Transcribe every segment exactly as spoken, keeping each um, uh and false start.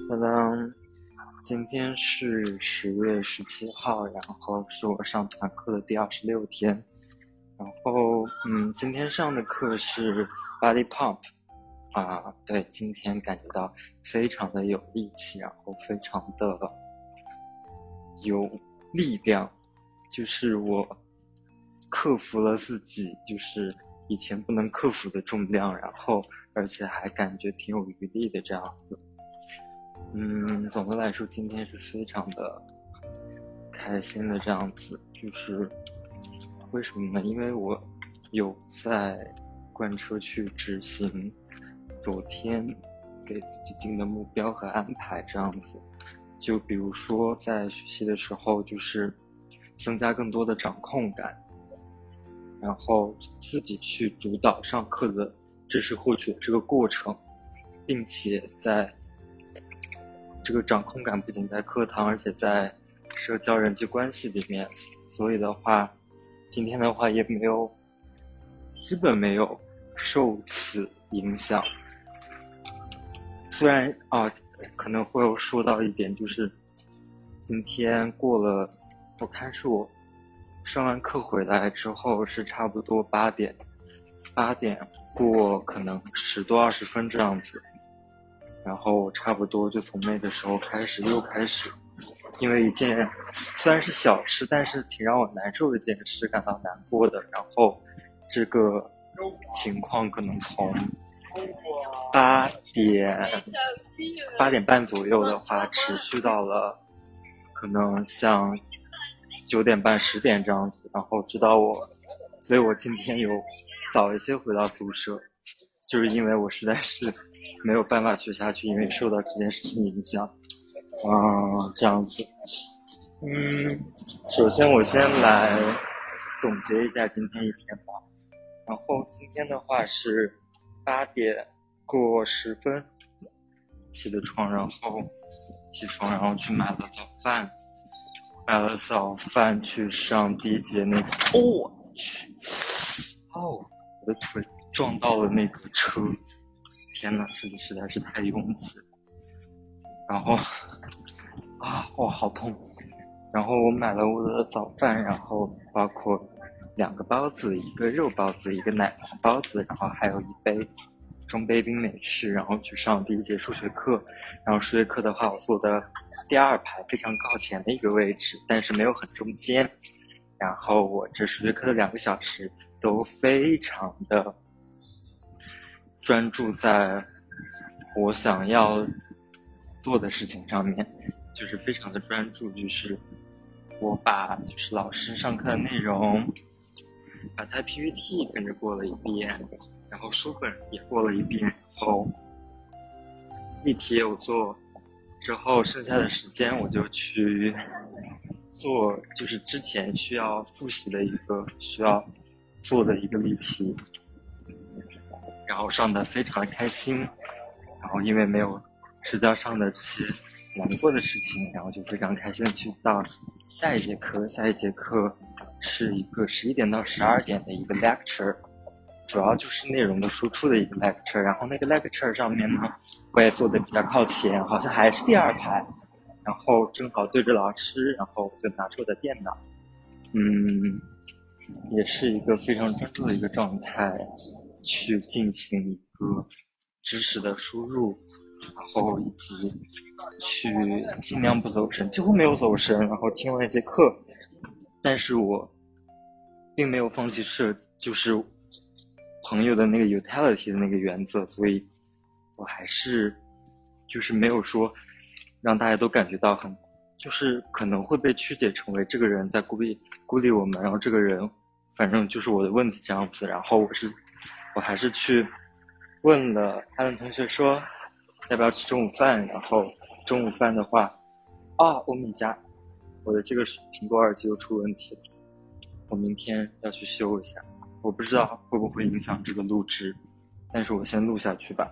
当当，今天是十月十七号，然后是我上团课的第二十六天。然后，嗯，今天上的课是 Body Pump，啊，对，今天感觉到非常的有力气，然后非常的有力量，就是我克服了自己就是以前不能克服的重量，然后而且还感觉挺有余力的这样子。嗯，总的来说今天是非常的开心的这样子，就是为什么呢？因为我有在贯彻去执行昨天给自己定的目标和安排这样子。就比如说在学习的时候，就是增加更多的掌控感，然后自己去主导上课的知识获取的这个过程，并且在这个掌控感不仅在课堂，而且在社交人际关系里面。所以的话，今天的话也没有，基本没有受此影响。虽然啊，可能会有说到一点，就是今天过了，我看是我上完课回来之后是差不多八点，八点过可能十多二十分这样子。然后差不多就从那个时候开始又开始因为一件虽然是小事，但是挺让我难受的一件事感到难过的。然后这个情况可能从八点八点半左右的话持续到了可能像九点半十点这样子，然后直到我所以我今天有早一些回到宿舍，就是因为我实在是没有办法学下去，因为受到这件事情影响。嗯，这样子。嗯，首先我先来总结一下今天一天吧。然后今天的话是八点过十分起的床，然后起床，然后去买了早饭，买了早饭去上第一节那个。哦，我去！哦，我的腿撞到了那个车，天哪，这里实在是太拥挤了。然后啊，哦，好痛！然后我买了我的早饭，然后包括两个包子，一个肉包子，一个奶黄包子，然后还有一杯中杯冰美式，然后去上第一节数学课。然后数学课的话，我坐的第二排非常靠前的一个位置，但是没有很中间。然后我这数学课的两个小时都非常的专注在我想要做的事情上面，就是非常的专注，就是我把就是老师上课的内容，把他 P P T 跟着过了一遍，然后书本也过了一遍，然后例题也有做，之后剩下的时间我就去做，就是之前需要复习的一个需要做的一个例题，然后上的非常的开心，然后因为没有社交上的这些难过的事情，然后就非常开心的去到下一节课。下一节课是一个十一点到十二点的一个 lecture， 主要就是内容的输出的一个 lecture。然后那个 lecture 上面呢，我也坐的比较靠前，好像还是第二排，然后正好对着老师，然后我就拿出我的电脑，嗯，也是一个非常专注的一个状态，去进行一个知识的输入，然后以及去尽量不走神，几乎没有走神，然后听完一节课，但是我并没有放弃设就是朋友的那个 utility 的那个原则，所以我还是就是没有说让大家都感觉到很就是可能会被曲解成为这个人在孤立孤立我们，然后这个人反正就是我的问题这样子。然后我是我还是去问了艾伦同学说要不要吃中午饭，然后中午饭的话啊，欧米茄，我的这个苹果耳机又出问题了，我明天要去修一下，我不知道会不会影响这个录制，但是我先录下去吧。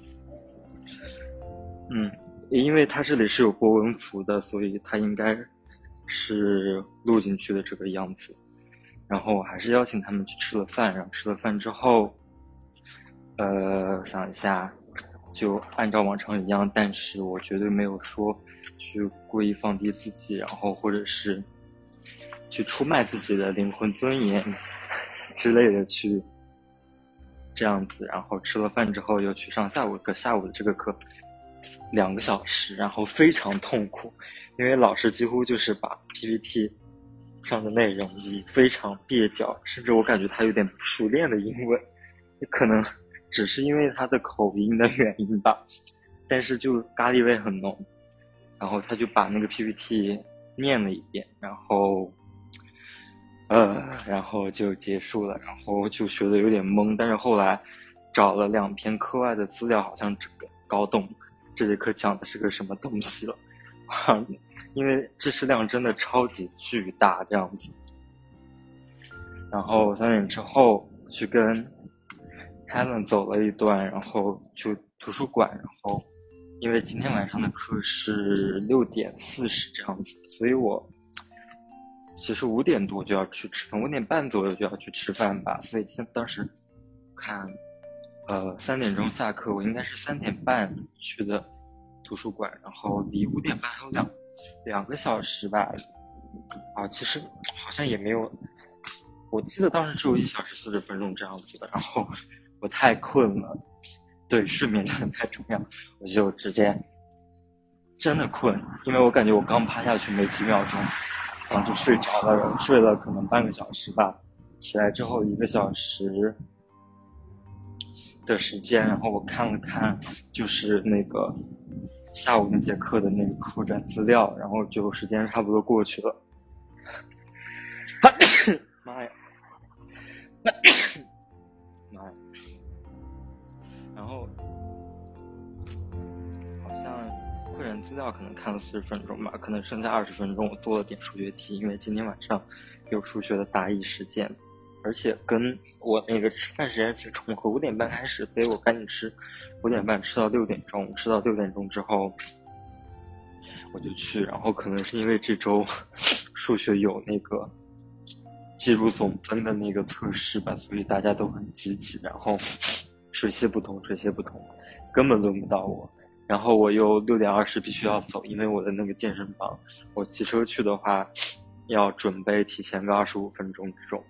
嗯，因为它这里是有波纹符的，所以它应该是录进去的这个样子。然后我还是邀请他们去吃了饭，然后吃了饭之后，呃，想一下， 就按照往常一样，但是我绝对没有说去故意放低自己，然后或者是去出卖自己的灵魂尊严之类的去这样子。然后吃了饭之后又去上下午课，下午的这个课两个小时，然后非常痛苦，因为老师几乎就是把 P P T 上的内容以非常蹩脚，甚至我感觉他有点不熟练的英文，可能只是因为他的口音的原因吧，但是就咖喱味很浓。然后他就把那个 P P T 念了一遍，然后呃，然后就结束了，然后就学得有点懵。但是后来找了两篇课外的资料，好像这个搞懂这节课讲的是个什么东西了。因为知识量真的超级巨大这样子。然后三点之后去跟 Helen 走了一段，然后去图书馆，然后因为今天晚上的课是六点四十这样子，所以我其实五点多就要去吃饭，五点半左右就要去吃饭吧。所以现当时看，呃，三点钟下课，我应该是三点半去的图书馆，然后离五点半还有两两个小时吧。啊，其实好像也没有，我记得当时只有一小时四十分钟这样子的。然后我太困了，对，睡眠真的太重要，我就直接真的困，因为我感觉我刚趴下去没几秒钟。然后就睡着了，然后睡了可能半个小时吧，起来之后一个小时的时间，然后我看了看就是那个下午那节课的那个课展资料，然后就时间差不多过去了。妈呀妈呀，然后好像个人资料可能看了四十分钟吧，可能剩下二十分钟我做了点数学题，因为今天晚上有数学的答疑实践，而且跟我那个吃饭时间是重合，五点半开始，所以我赶紧吃，五点半吃到六点钟，吃到六点钟之后我就去，然后可能是因为这周数学有那个计入总分的那个测试吧，所以大家都很积极，然后水泄不通，水泄不通，根本轮不到我。然后我又六点二十必须要走，因为我的那个健身房，我骑车去的话，要准备提前个二十五分钟这种。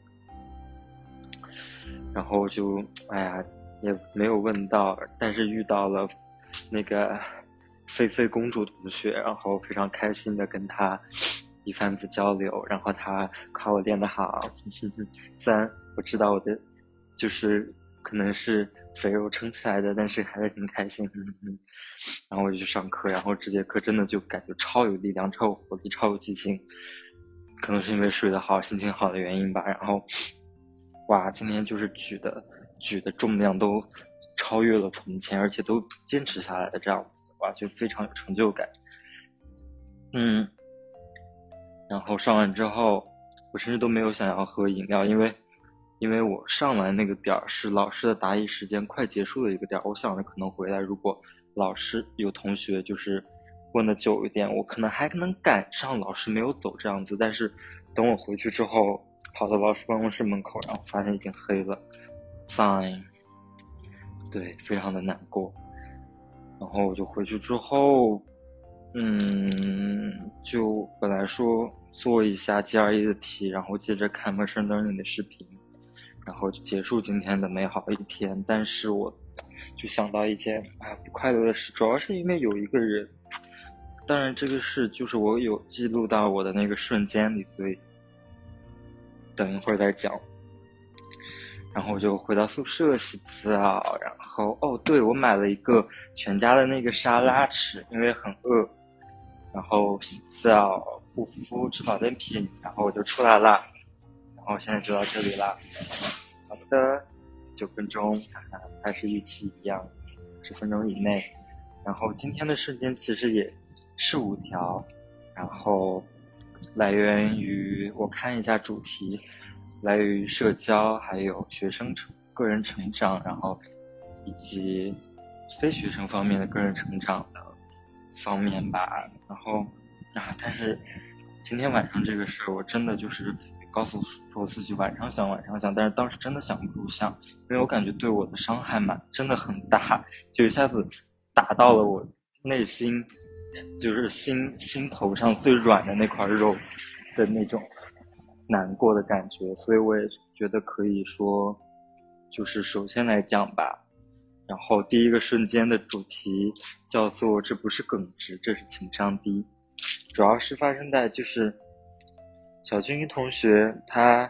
然后就哎呀，也没有问到，但是遇到了那个菲菲公主同学，然后非常开心的跟她一番子交流，然后她夸我练得好，虽然我知道我的就是可能是肥肉撑起来的，但是还是很开心。然后我就去上课，然后这节课真的就感觉超有力量，超有活力，超有激情，可能是因为睡得好，心情好的原因吧。然后哇，今天就是举的举的重量都超越了从前，而且都坚持下来的这样子，哇，就非常有成就感。嗯，然后上完之后，我甚至都没有想要喝饮料，因为因为我上完那个点儿是老师的答疑时间快结束的一个点儿，我想着可能回来，如果老师有同学就是问的久一点，我可能还能赶上老师没有走这样子。但是等我回去之后，跑到老师办公室门口，然后发现已经黑了 ，fine， 对，非常的难过。然后我就回去之后，嗯，就本来说做一下 G R E 的题，然后接着看 Machine Learning 的视频，然后就结束今天的美好的一天。但是我就想到一件啊不快乐的事，主要是因为有一个人，当然这个事就是我有记录到我的那个瞬间里，所以等一会儿再讲。然后我就回到宿舍洗澡，然后哦对，我买了一个全家的那个沙拉吃，因为很饿。然后洗澡、护肤、吃保健品，然后我就出来了。然后现在就到这里了。好的，九分钟，哈哈，还是预期一样，十分钟以内。然后今天的瞬间其实也是五条，然后来源于我看一下主题，来源于社交，还有学生成个人成长，然后以及非学生方面的个人成长的方面吧。然后啊，但是今天晚上这个事儿，我真的就是告诉我自己晚上想晚上想，但是当时真的想不住想，因为我感觉对我的伤害蛮真的很大，就一下子打到了我内心，就是心心头上最软的那块肉的那种难过的感觉。所以我也觉得可以说，就是首先来讲吧，然后第一个瞬间的主题叫做这不是耿直，这是情商低，主要是发生在就是小金鱼同学他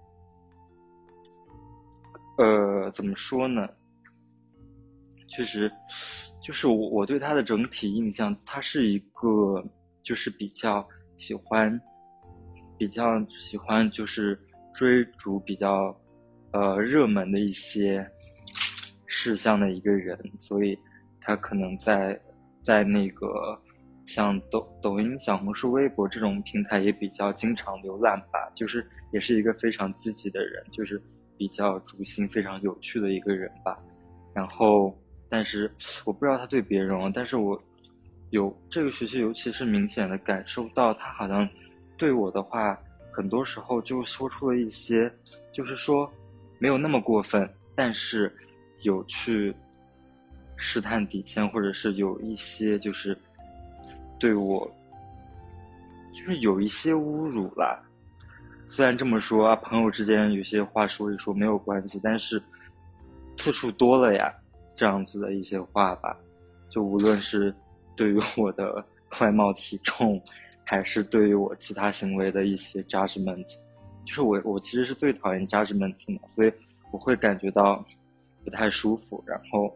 呃怎么说呢，确实就是我我对他的整体印象，他是一个就是比较喜欢比较喜欢就是追逐比较呃热门的一些事项的一个人，所以他可能在在那个像抖抖音、小红书、微博这种平台也比较经常浏览吧，就是也是一个非常积极的人，就是比较逐心、非常有趣的一个人吧。然后，但是我不知道他对别人，但是我有这个学期，尤其是明显的感受到他好像对我的话，很多时候就说出了一些，就是说没有那么过分，但是有去试探底线，或者是有一些就是对我就是有一些侮辱啦。虽然这么说啊，朋友之间有些话说一说没有关系，但是次数多了呀，这样子的一些话吧，就无论是对于我的外貌体重，还是对于我其他行为的一些 judgment， 就是我我其实是最讨厌 judgment 的，所以我会感觉到不太舒服。然后，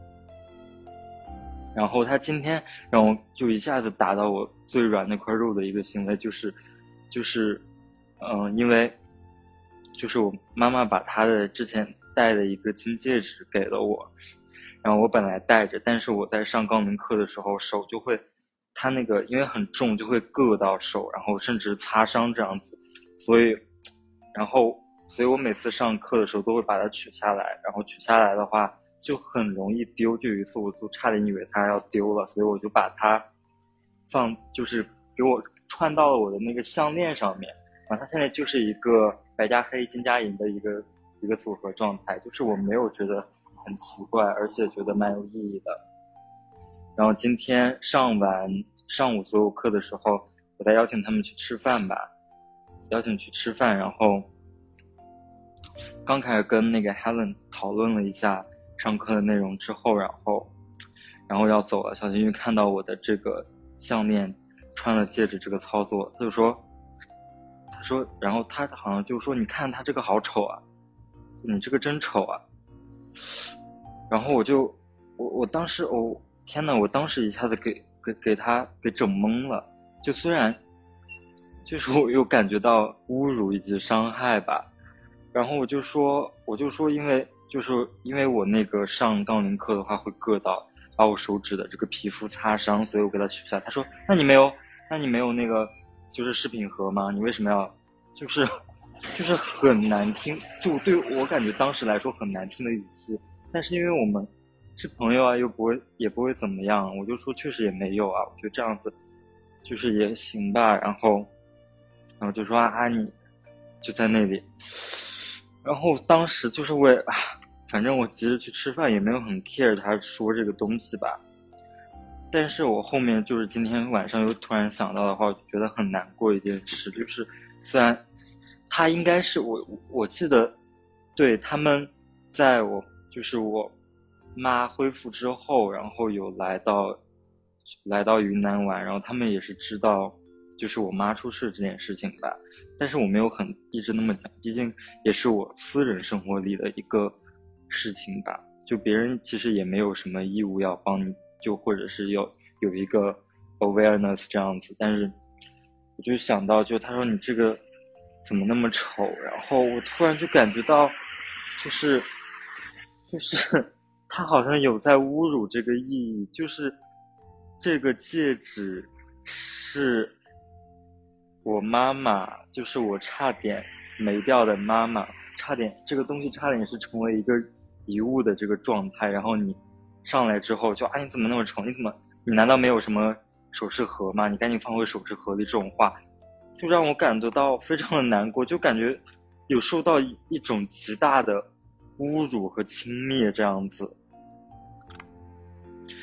然后他今天让我就一下子打到我最软那块肉的一个行为，就是就是。嗯，因为就是我妈妈把她的之前戴的一个金戒指给了我，然后我本来戴着，但是我在上钢琴课的时候手就会，它那个因为很重就会硌到手，然后甚至擦伤这样子，所以，然后所以我每次上课的时候都会把它取下来，然后取下来的话就很容易丢，就有一次我就差点以为它要丢了，所以我就把它放，就是给我串到了我的那个项链上面。啊，它现在就是一个白加黑金加银的一个一个组合状态，就是我没有觉得很奇怪，而且觉得蛮有意义的。然后今天上完上午所有课的时候，我再邀请他们去吃饭吧，邀请去吃饭，然后刚开始跟那个 Helen 讨论了一下上课的内容之后，然后然后要走了，小金鱼看到我的这个项链穿了戒指这个操作，他就说。他说，然后他好像就说：“你看他这个好丑啊，你这个真丑啊。”然后我就，我我当时，哦天呐，我当时一下子给给给他给整懵了。就虽然，就是我有感觉到侮辱以及伤害吧。然后我就说，我就说，因为就是因为我那个上钢琴课的话会硌到，把我手指的这个皮肤擦伤，所以我给他取下。他说：“那你没有，那你没有那个。”就是饰品盒吗？你为什么要，就是就是很难听，就对我感觉当时来说很难听的语气。但是因为我们是朋友啊，又不会也不会怎么样，我就说确实也没有啊，我觉得这样子就是也行吧。然后然后就说啊你就在那里，然后当时就是为啊，反正我急着去吃饭，也没有很 care 他说这个东西吧。但是我后面就是今天晚上又突然想到的话，我就觉得很难过一件事，就是虽然他应该是我我记得，对他们在我就是我妈恢复之后，然后有来到来到云南玩，然后他们也是知道就是我妈出事这件事情吧，但是我没有很一直那么讲，毕竟也是我私人生活里的一个事情吧，就别人其实也没有什么义务要帮你。就或者是有有一个 awareness 这样子，但是我就想到，就他说你这个怎么那么丑，然后我突然就感觉到，就是就是他好像有在侮辱这个意义，就是这个戒指是我妈妈，就是我差点没掉的妈妈，差点这个东西差点是成为一个遗物的这个状态，然后你。上来之后就啊你怎么那么丑？你怎么你难道没有什么首饰盒吗？你赶紧放回首饰盒里，这种话就让我感觉到非常的难过，就感觉有受到一一种极大的侮辱和轻蔑这样子。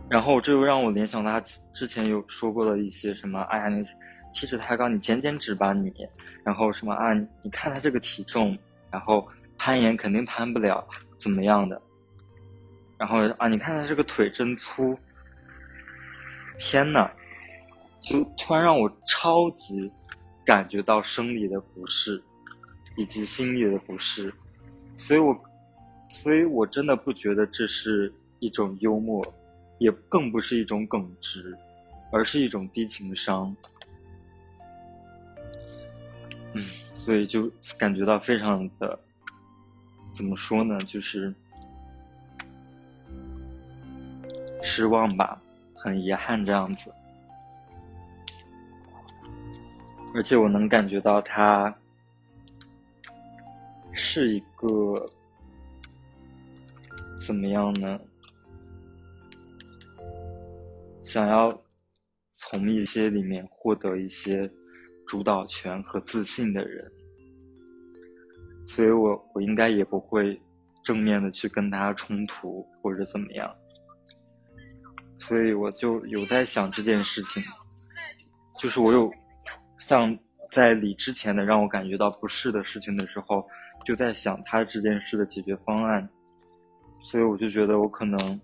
然后这又让我联想到他之前有说过的一些什么，哎呀，你体脂太高，你减减脂吧你，然后什么啊，你你看他这个体重，然后攀岩肯定攀不了，怎么样的？然后啊，你看他这个腿真粗，天呐，就突然让我超级感觉到生理的不适，以及心理的不适，所以我，所以我真的不觉得这是一种幽默，也更不是一种耿直，而是一种低情商。嗯，所以就感觉到非常的，怎么说呢，就是失望吧，很遗憾这样子。而且我能感觉到他是一个怎么样呢？想要从一些里面获得一些主导权和自信的人，所以我我应该也不会正面的去跟他冲突或者怎么样。所以我就有在想这件事情，就是我有像在理之前的让我感觉到不适的事情的时候，就在想他这件事的解决方案。所以我就觉得我可能，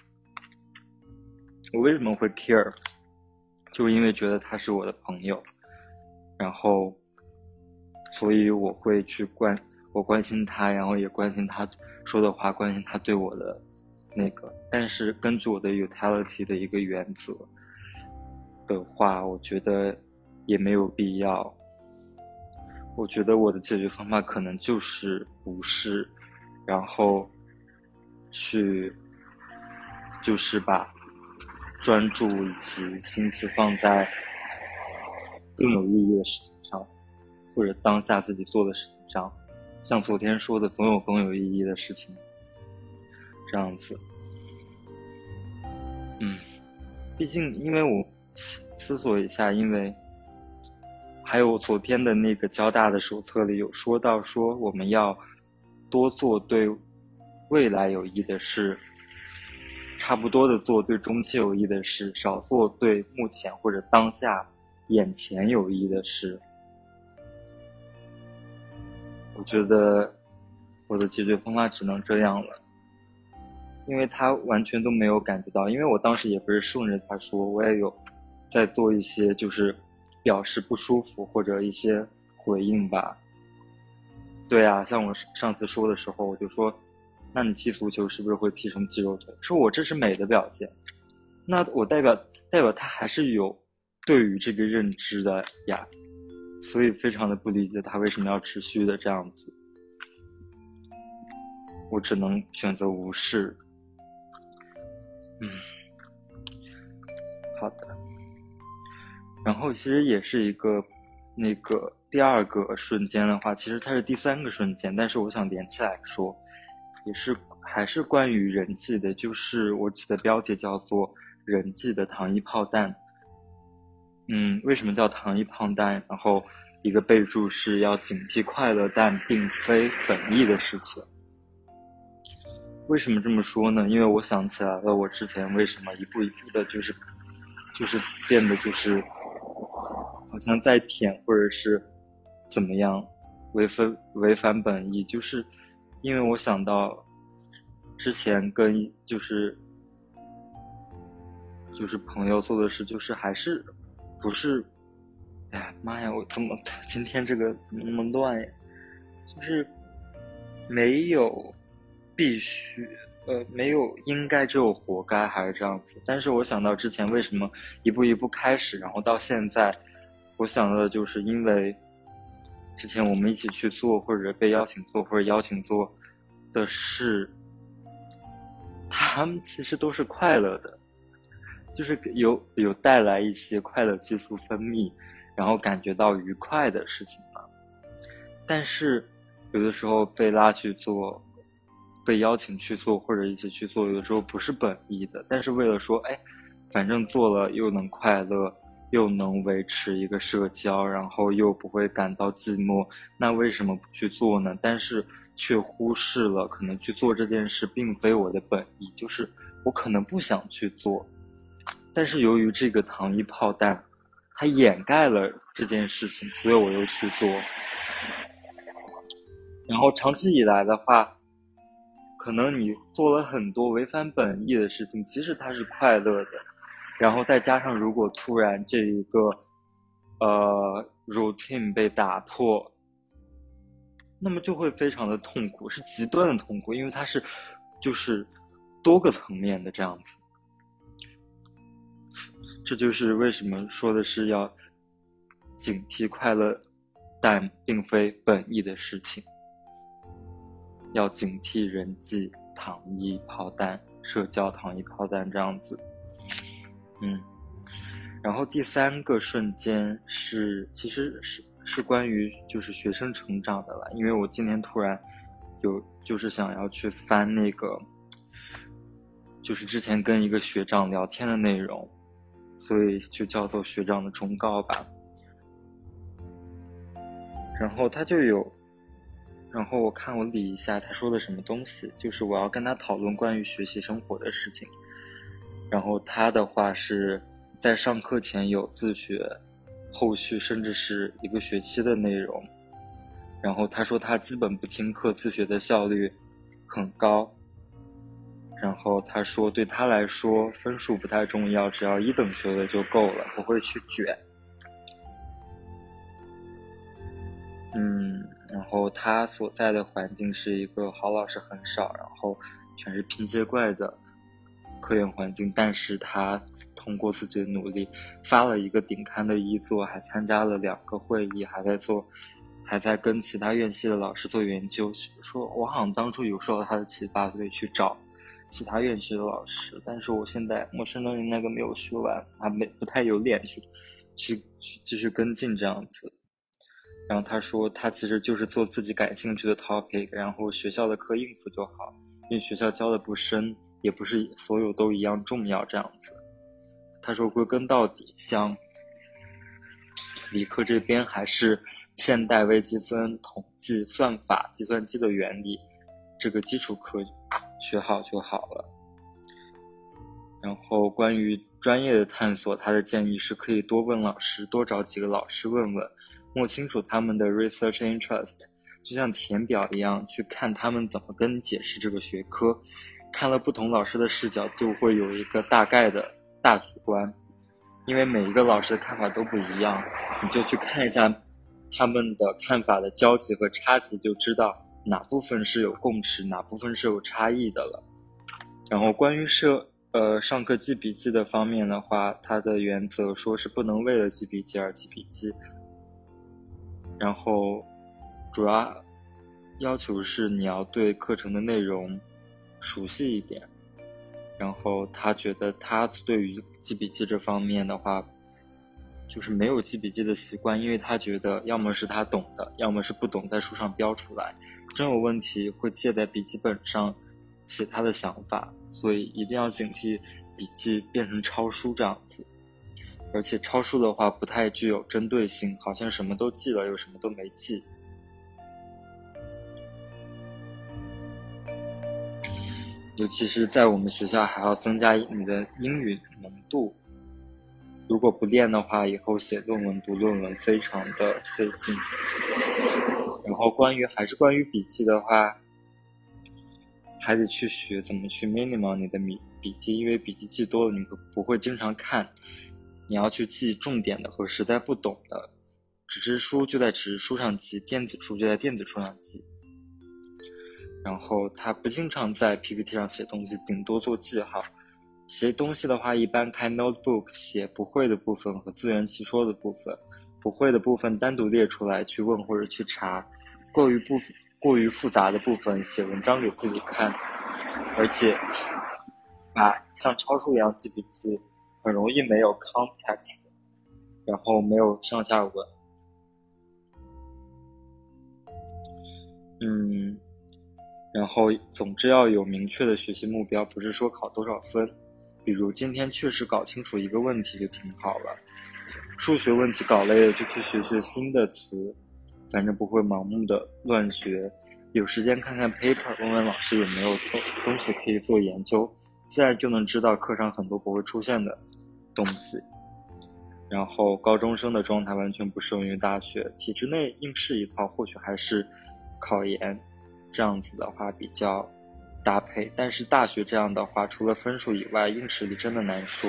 我为什么会 care， 就因为觉得他是我的朋友，然后所以我会去关我关心他，然后也关心他说的话，关心他对我的那个。但是根据我的 utility 的一个原则的话，我觉得也没有必要。我觉得我的解决方法可能就是无视，然后去就是把专注以及心思放在更有意义的事情上，或者当下自己做的事情上，像昨天说的，总有更有意义的事情，这样子。嗯，毕竟因为我思索一下，因为还有昨天的那个交大的手册里有说到，说我们要多做对未来有益的事，差不多的做对中期有益的事，少做对目前或者当下眼前有益的事。我觉得我的解决方法只能这样了，因为他完全都没有感觉到，因为我当时也不是顺着他说，我也有在做一些就是表示不舒服或者一些回应吧。对啊，像我上次说的时候，我就说，那你踢足球是不是会踢成肌肉腿？说我这是美的表现，那我代表代表他还是有对于这个认知的呀，所以非常的不理解他为什么要持续的这样子。我只能选择无视。嗯，好的。然后其实也是一个那个第二个瞬间的话，其实它是第三个瞬间，但是我想连起来说，也是还是关于人际的，就是我起的标题叫做人际的糖衣炮弹。嗯，为什么叫糖衣炮弹？然后一个备注是要谨记快乐，但并非本意的事情。为什么这么说呢？因为我想起来了，我之前为什么一步一步的，就是就是变得就是好像在舔，或者是怎么样违反违反本意，就是因为我想到之前跟就是就是朋友做的事，就是还是不是，哎呀妈呀，我怎么今天这个怎么那么乱呀？就是没有必须，呃，没有应该，只有活该，还是这样子。但是我想到之前为什么一步一步开始，然后到现在，我想到的就是因为之前我们一起去做，或者被邀请做，或者邀请做的事，他们其实都是快乐的，就是有有带来一些快乐激素分泌，然后感觉到愉快的事情嘛。但是有的时候被拉去做，被邀请去做，或者一起去做，有的时候不是本意的，但是为了说，哎，反正做了又能快乐，又能维持一个社交，然后又不会感到寂寞，那为什么不去做呢？但是却忽视了可能去做这件事并非我的本意，就是我可能不想去做， 但是由于这个糖衣炮弹它掩盖了这件事情，所以我又去做。然后长期以来的话，可能你做了很多违反本意的事情，即使它是快乐的，然后再加上如果突然这一个呃 routine 被打破，那么就会非常的痛苦，是极端的痛苦，因为它是就是多个层面的这样子。这就是为什么说的是要警惕快乐，但并非本意的事情。要警惕人际糖衣炮弹、社交糖衣炮弹这样子。嗯，然后第三个瞬间是，其实是是关于就是学生成长的了，因为我今天突然有就是想要去翻那个，就是之前跟一个学长聊天的内容，所以就叫做学长的忠告吧。然后他就有。然后我看我理一下他说的什么东西，就是我要跟他讨论关于学习生活的事情。然后他的话是在上课前有自学，后续甚至是一个学期的内容。然后他说他基本不听课，自学的效率很高。然后他说对他来说分数不太重要，只要一等学的就够了，不会去卷。嗯，然后他所在的环境是一个好老师很少，然后全是拼接怪的科研环境，但是他通过自己的努力发了一个顶刊的一作，还参加了两个会议，还在做还在跟其他院系的老师做研究。说我好像当初有受到他的启发，所以去找其他院系的老师，但是我现在陌生的那个没有学完，还没不太有脸去去去继续跟进这样子。然后他说他其实就是做自己感兴趣的 topic， 然后学校的课应付就好，因为学校教的不深，也不是所有都一样重要这样子。他说归根到底，像理科这边还是现代微积分、统计、算法、计算机的原理这个基础课学好就好了。然后关于专业的探索，他的建议是可以多问老师，多找几个老师问问，摸清楚他们的 research interest， 就像填表一样，去看他们怎么跟你解释这个学科。看了不同老师的视角，就会有一个大概的大局观。因为每一个老师的看法都不一样，你就去看一下他们的看法的交集和差集，就知道哪部分是有共识，哪部分是有差异的了。然后关于社呃上课记笔记的方面的话，它的原则说是不能为了记笔记而记笔记，然后主要要求是你要对课程的内容熟悉一点。然后他觉得他对于记笔记这方面的话，就是没有记笔记的习惯，因为他觉得要么是他懂的，要么是不懂在书上标出来，真有问题会借在笔记本上写他的想法，所以一定要警惕笔记变成抄书这样子。而且抄书的话不太具有针对性，好像什么都记了又什么都没记。尤其是在我们学校还要增加你的英语浓度，如果不练的话，以后写论文读论文非常的费劲。然后关于还是关于笔记的话，还得去学怎么去 minimal 你的笔记，因为笔记记多了你不会经常看，你要去记重点的和实在不懂的，纸质书就在纸质书上记，电子书就在电子书上记。然后他不经常在 P P T 上写东西，顶多做记号。写东西的话，一般开 notebook 写不会的部分和自圆其说的部分，不会的部分单独列出来去问或者去查，过于部分过于复杂的部分写文章给自己看。而且把像抄书一样记笔记很容易没有 context， 然后没有上下文。嗯然后总之要有明确的学习目标，不是说考多少分。比如今天确实搞清楚一个问题就挺好了，数学问题搞累了就去学学新的词，反正不会盲目的乱学。有时间看看 paper， 问问老师有没有东西可以做研究，自然就能知道课上很多不会出现的东西。然后高中生的状态完全不适用于大学，体制内应试一套，或许还是考研这样子的话比较搭配，但是大学这样的话，除了分数以外，硬实力真的难说。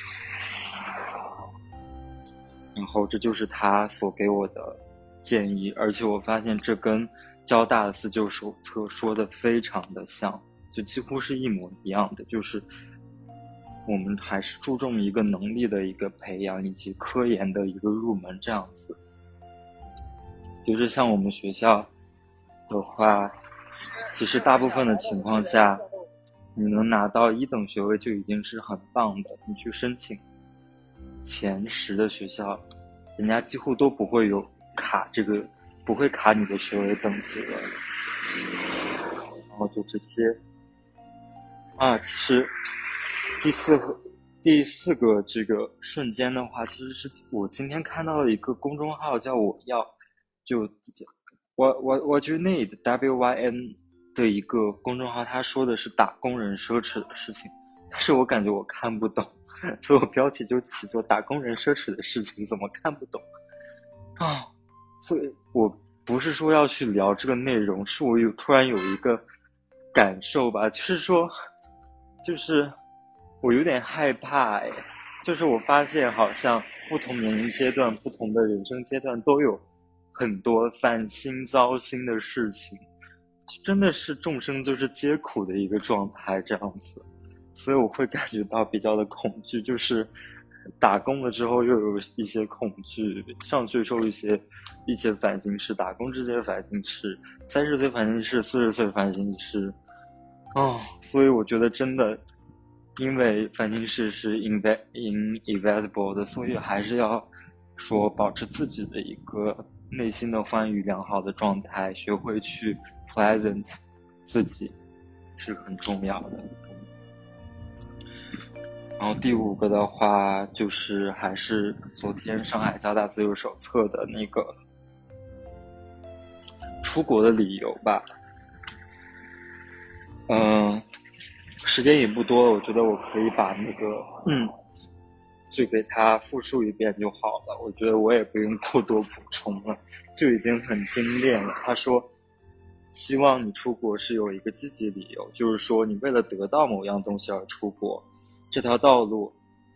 然后这就是他所给我的建议，而且我发现这跟交大的自救手册说的非常的像，就几乎是一模一样的，就是我们还是注重一个能力的一个培养，以及科研的一个入门这样子。就是像我们学校的话，其实大部分的情况下，你能拿到一等学位就已经是很棒的。你去申请前十的学校，人家几乎都不会有卡这个，不会卡你的学位等级了。然后就这些啊，其实第四个第四个这个瞬间的话，其实是我今天看到了一个公众号叫我要，就我我我就 need W Y N 的一个公众号，他说的是打工人奢侈的事情，但是我感觉我看不懂，所以我标题就起作打工人奢侈的事情，怎么看不懂啊？所以我不是说要去聊这个内容，是我有突然有一个感受吧，就是说，就是我有点害怕哎，就是我发现好像不同年龄阶段、不同的人生阶段都有很多烦心糟心的事情，真的是众生就是皆苦的一个状态这样子，所以我会感觉到比较的恐惧，就是打工了之后又有一些恐惧，上学时候一些一些烦心事，打工这些烦心事，三十岁烦心事，四十岁烦心事，哦，所以我觉得真的，因为烦心事是 inevitable 的，所以还是要说保持自己的一个内心的欢愉良好的状态，学会去 pleasant 自己是很重要的。然后第五个的话，就是还是昨天上海交大自由手册的那个出国的理由吧。嗯，时间也不多了，我觉得我可以把那个嗯，就给他复述一遍就好了。我觉得我也不用过多补充了，就已经很精炼了。他说，希望你出国是有一个积极理由，就是说你为了得到某样东西而出国，这条道路。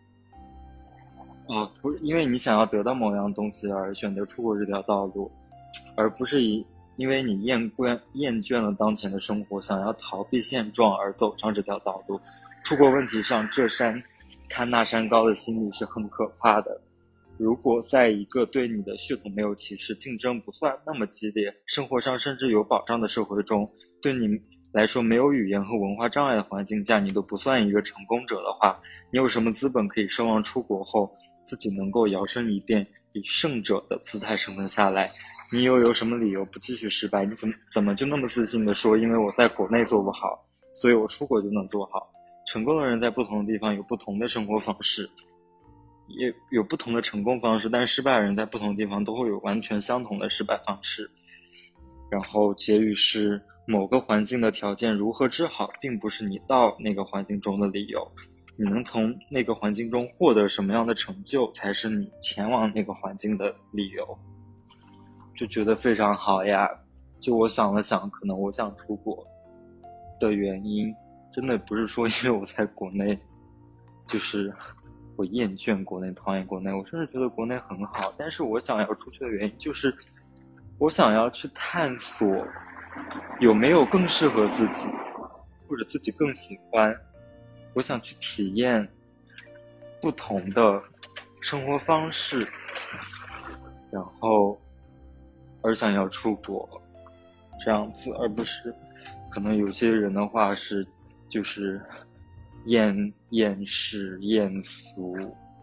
哦，不是因为你想要得到某样东西而选择出国这条道路，而不是以因为你厌倦厌倦了当前的生活，想要逃避现状而走上这条道路。出国问题上，这山看那山高的心理是很可怕的。如果在一个对你的血统没有歧视、竞争不算那么激烈、生活上甚至有保障的社会中，对你来说没有语言和文化障碍的环境下，你都不算一个成功者的话，你有什么资本可以奢望出国后自己能够摇身一变，以胜者的姿态生存下来？你又有什么理由不继续失败？你怎么怎么就那么自信的说，因为我在国内做不好，所以我出国就能做好？成功的人在不同的地方有不同的生活方式，也有不同的成功方式，但失败的人在不同的地方都会有完全相同的失败方式。然后结语是，某个环境的条件如何之好，并不是你到那个环境中的理由，你能从那个环境中获得什么样的成就，才是你前往那个环境的理由。就觉得非常好呀。就我想了想，可能我想出国的原因，真的不是说因为我在国内，就是我厌倦国内，讨厌国内，我甚至觉得国内很好，但是我想要出去的原因就是我想要去探索有没有更适合自己，或者自己更喜欢，我想去体验不同的生活方式，然后而想要出国这样子，而不是可能有些人的话是就是厌厌世厌俗，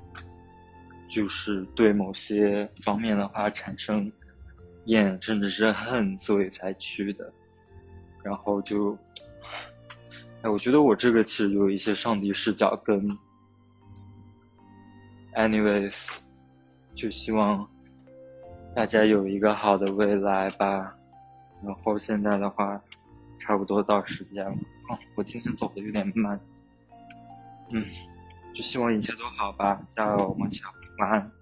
就是对某些方面的话产生厌甚至是恨，所以才去的。然后就哎，我觉得我这个其实有一些上帝视角跟 anyways 就希望大家有一个好的未来吧。然后现在的话差不多到时间了，哦，我今天走的有点慢，嗯， 就希望一切都好吧，加油，梦巧，晚安。